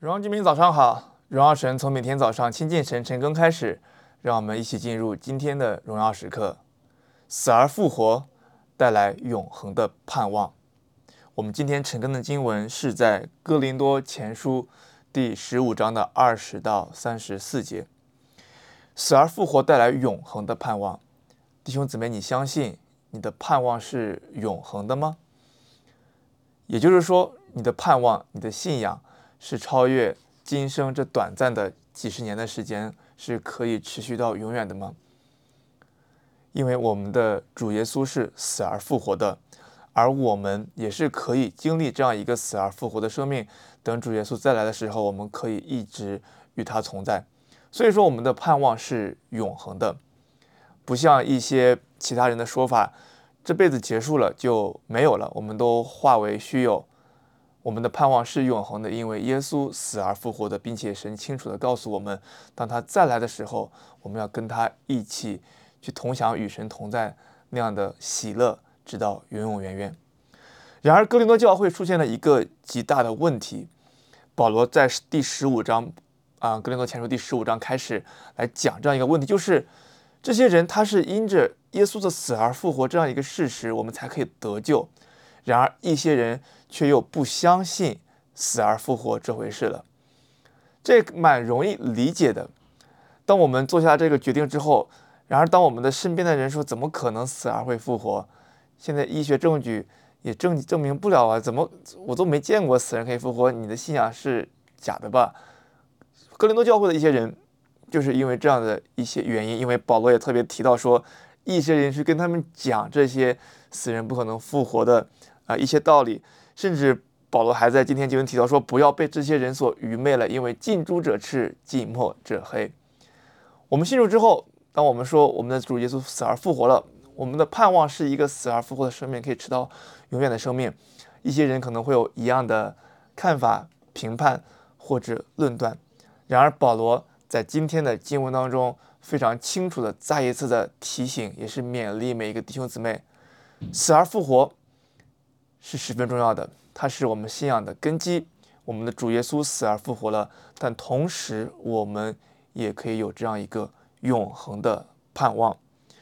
荣耀居民早上好，荣耀神从每天早上亲近神晨更开始，让我们一起进入今天的荣耀时刻。死而复活，带来永恒的盼望。我们今天晨更的经文是在哥林多前书第15章的20到34节。死而复活带来永恒的盼望。弟兄姊妹，你相信你的盼望是永恒的吗？也就是说，你的盼望、你的信仰是超越今生这短暂的几十年的时间，是可以持续到永远的吗？因为我们的主耶稣是死而复活的，而我们也是可以经历这样一个死而复活的生命。等主耶稣再来的时候，我们可以一直与他同在。所以说，我们的盼望是永恒的，不像一些其他人的说法，这辈子结束了就没有了，我们都化为虚有。我们的盼望是永恒的，因为耶稣死而复活的，并且神清楚地告诉我们，当他再来的时候，我们要跟他一起去同享与神同在那样的喜乐，直到永永远远。然而，哥林多教会出现了一个极大的问题。保罗在第15章哥林多前书第15章开始来讲这样一个问题，就是这些人他是因着耶稣的死而复活这样一个事实，我们才可以得救。然而一些人却又不相信死而复活这回事了，这蛮容易理解的。当我们做下这个决定之后，然而当我们的身边的人说怎么可能死而会复活？现在医学证据也证明不了啊，怎么我都没见过死人可以复活？你的信仰是假的吧？哥林多教会的一些人就是因为这样的一些原因，因为保罗也特别提到说，一些人是跟他们讲这些死人不可能复活的一些道理，甚至保罗还在今天经文提到说，不要被这些人所愚昧了，因为近朱者赤，近墨者黑。我们信主之后，当我们说我们的主耶稣死而复活了，我们的盼望是一个死而复活的生命，可以吃到永远的生命。一些人可能会有一样的看法、评判或者论断，然而保罗在今天的经文当中非常清楚的再一次的提醒，也是勉励每一个弟兄姊妹，死而复活是十分重要的，它是我们信仰的根基。我们的主耶稣死而复活了，但同时我们也可以有这样一个永恒的盼望。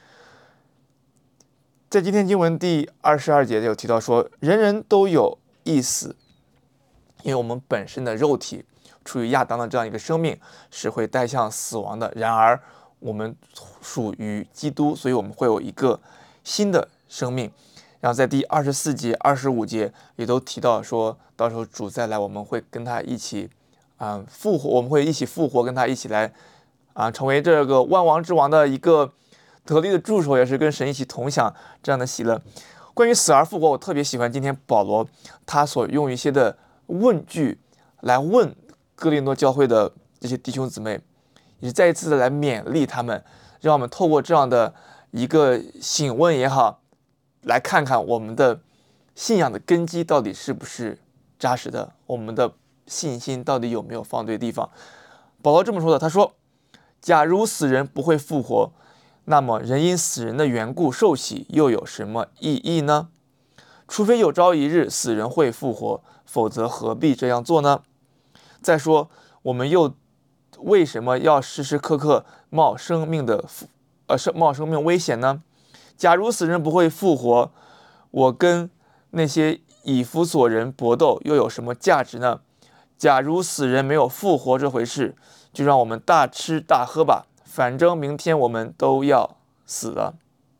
在今天经文第22节有提到说，人人都有一死，因为我们本身的肉体处于亚当的这样一个生命是会带向死亡的，然而我们属于基督，所以我们会有一个新的生命。然后在第24节、25节也都提到说，到时候主再来，我们会跟他一起复活，我们会一起复活，跟他一起来成为这个万王之王的一个得力的助手，也是跟神一起同享这样的喜乐。关于死而复活，我特别喜欢今天保罗他所用一些的问句来问哥林多教会的这些弟兄姊妹，也是再一次的来勉励他们，让我们透过这样的一个醒问也好，来看看我们的信仰的根基到底是不是扎实的，我们的信心到底有没有放对地方。保罗这么说的，他说，假如死人不会复活，那么人因死人的缘故受洗又有什么意义呢？除非有朝一日死人会复活，否则何必这样做呢？再说，我们又为什么要时时刻刻冒生命危险呢？假如死人不会复活，我跟那些以弗所人搏斗又有什么价值呢？假如死人没有复活这回事，就让我们大吃大喝吧，反正明天我们都要死了。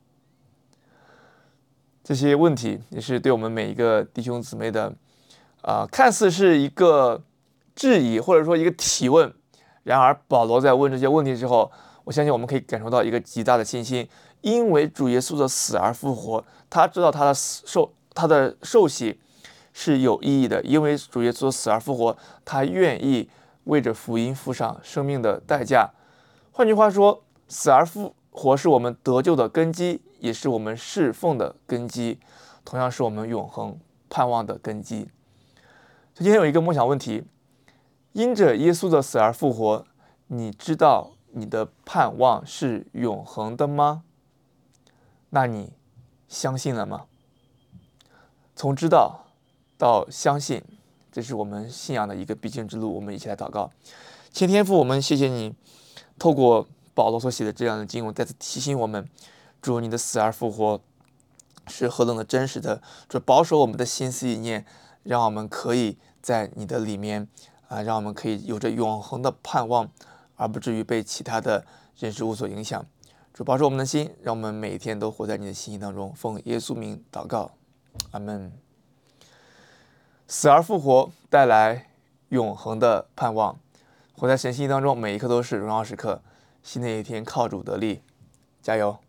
这些问题也是对我们每一个弟兄姊妹的看似是一个质疑或者说一个提问，然而保罗在问这些问题之后，我相信我们可以感受到一个极大的信心，因为主耶稣的死而复活，他知道他的受洗是有意义的，因为主耶稣死而复活，他愿意为着福音付上生命的代价。换句话说，死而复活是我们得救的根基，也是我们侍奉的根基，同样是我们永恒盼望的根基。今天有一个梦想问题，因着耶稣的死而复活，你知道你的盼望是永恒的吗？那你相信了吗？从知道到相信， 这是我们信仰的一个必经之路。我们一起来祷告。亲天父，我们谢谢你，透过保罗所写的这样的经文，再次提醒我们，主你的死而复活是何等的真实的，主保守我们的心思意念，让我们可以在你的里面让我们可以有着永恒的盼望，而不至于被其他的人事物所影响。主保守我们的心，让我们每天都活在你的心意当中。奉耶稣名祷告，阿门。死而复活带来永恒的盼望，活在神心意当中，每一刻都是荣耀时刻。新的一天靠主得力，加油！